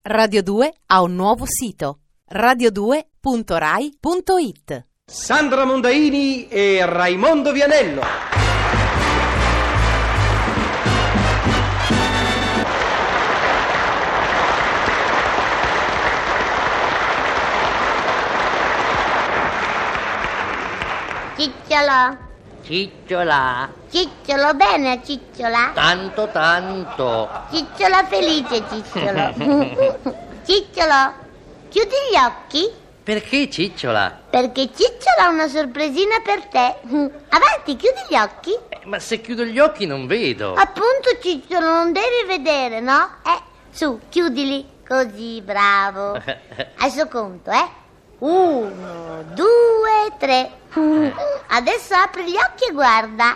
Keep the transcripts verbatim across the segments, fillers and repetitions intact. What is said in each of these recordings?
Radio due ha un nuovo sito, radio due punto rai punto it. Sandra Mondaini e Raimondo Vianello. Cicciola, Cicciola, Cicciolo, bene Cicciola? tanto tanto. Cicciola felice, Cicciolo. Cicciolo, chiudi gli occhi, Perché Cicciola? perché Cicciola ha una sorpresina per te. Avanti, chiudi gli occhi. Eh, ma se chiudo gli occhi non vedo. Appunto, Cicciolo, non devi vedere, no? Eh, su, chiudili. Così, bravo. Adesso conto, eh? Uno, due, tre. Adesso apri gli occhi e guarda.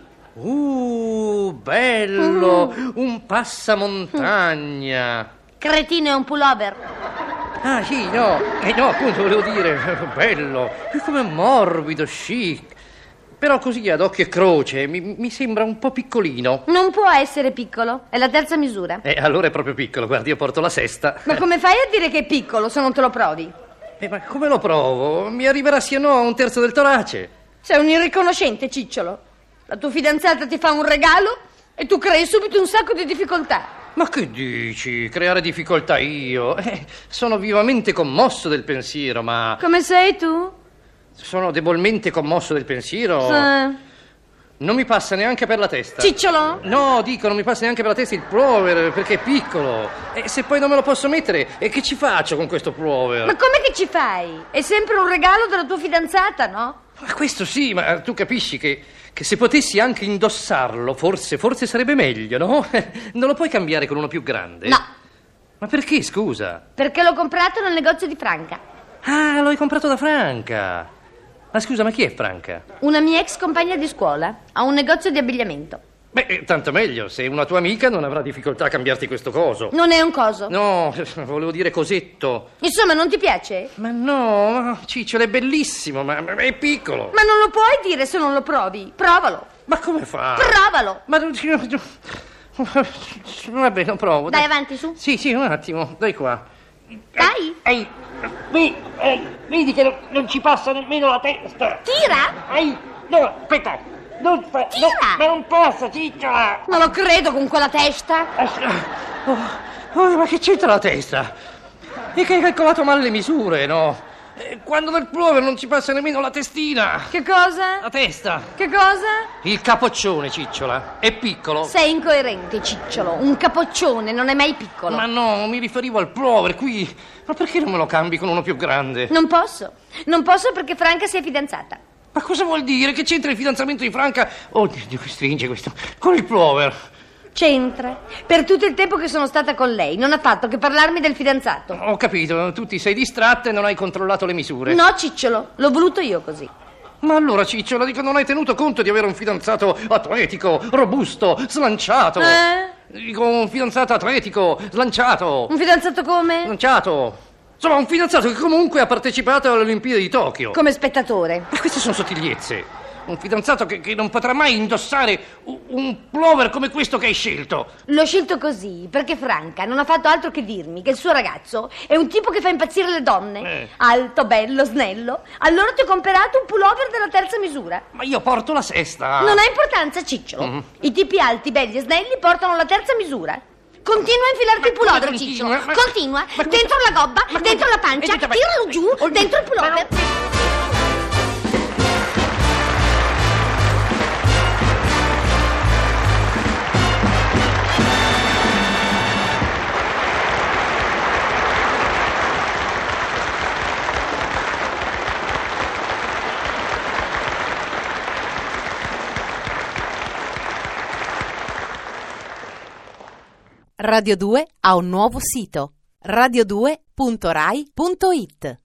Uh, bello, un passamontagna. Cretino, è un pullover. Ah sì, no, eh, no, appunto volevo dire, bello, come morbido, chic. Però così ad occhio e croce mi, mi sembra un po' piccolino. Non può essere piccolo, è la terza misura. Eh, allora è proprio piccolo, guardi, io porto la sesta. Ma come fai a dire che è piccolo se non te lo provi? Eh, ma come lo provo? Mi arriverà sì o no a un terzo del torace. Sei un irriconoscente, Cicciolo. La tua fidanzata ti fa un regalo e tu crei subito un sacco di difficoltà. Ma che dici? Creare difficoltà io? Eh, sono vivamente commosso del pensiero, ma... Come sei tu? Sono debolmente commosso del pensiero. Sì. Non mi passa neanche per la testa. Cicciolo? No, dico, non mi passa neanche per la testa il pullover, perché è piccolo. E se poi non me lo posso mettere, e che ci faccio con questo pullover? Ma come che ci fai? È sempre un regalo della tua fidanzata, no? Ma questo sì, ma tu capisci che, che se potessi anche indossarlo, forse, forse sarebbe meglio, no? Non lo puoi cambiare con uno più grande? No. Ma perché, scusa? Perché l'ho comprato nel negozio di Franca. Ah, l'hai comprato da Franca. Ma scusa, ma chi è Franca? Una mia ex compagna di scuola. Ha un negozio di abbigliamento. Beh, tanto meglio, se una tua amica non avrà difficoltà a cambiarti questo coso. Non è un coso. No, volevo dire cosetto. Insomma, non ti piace? Ma no, Cicciolo è bellissimo, ma, ma è piccolo. Ma non lo puoi dire se non lo provi. Provalo. Ma come fa? Provalo. Ma non... Vabbè, lo provo. Dai, avanti, su. Sì, sì, un attimo, dai qua. Dai. Ehi, vedi, ehi, vedi che non, non ci passa nemmeno la testa. Tira. Ehi, no, aspetta, non fa, Tira. no, ma non posso, Cicciola. Non lo credo con quella testa. Oh, oh, ma che c'entra la testa? E che hai calcolato male le misure, no? Eh, Quando nel pullover non ci passa nemmeno la testina. Che cosa? La testa. Che cosa? Il capoccione, Cicciola, è piccolo. Sei incoerente, Cicciolo. Un capoccione non è mai piccolo. Ma no, mi riferivo al pullover qui. Ma perché non me lo cambi con uno più grande? Non posso. Non posso perché Franca si è fidanzata. Ma cosa vuol dire? Che c'entra il fidanzamento di Franca? Oh, Dio, che stringe questo. Con il pullover. C'entra. Per tutto il tempo che sono stata con lei non ha fatto che parlarmi del fidanzato. Ho capito, tu ti sei distratta e non hai controllato le misure. No, Cicciolo, l'ho voluto io così. Ma allora, Cicciola, dico, non hai tenuto conto di avere un fidanzato atletico, robusto, slanciato. Eh? Dico, un fidanzato atletico, slanciato. Un fidanzato come? Slanciato. Insomma, un fidanzato che comunque ha partecipato alle Olimpiadi di Tokyo. Come spettatore. Ma queste sono sottigliezze. Un fidanzato che, che non potrà mai indossare un, un pullover come questo che hai scelto. L'ho scelto così perché Franca non ha fatto altro che dirmi che il suo ragazzo è un tipo che fa impazzire le donne. Eh. Alto, bello, snello. Allora ti ho comprato un pullover della terza misura. Ma io porto la sesta. Non ha importanza, Cicciolo. Mm. I tipi alti, belli e snelli portano la terza misura. Continua a infilarti il pullover, come Cicciolo. continua? Ma- Continua. ma- Dentro la gobba, ma- dentro la pancia, Eh, ma- tiralo giù, Oh, dentro il pullover. Radio due ha un nuovo sito, radio due punto rai punto it.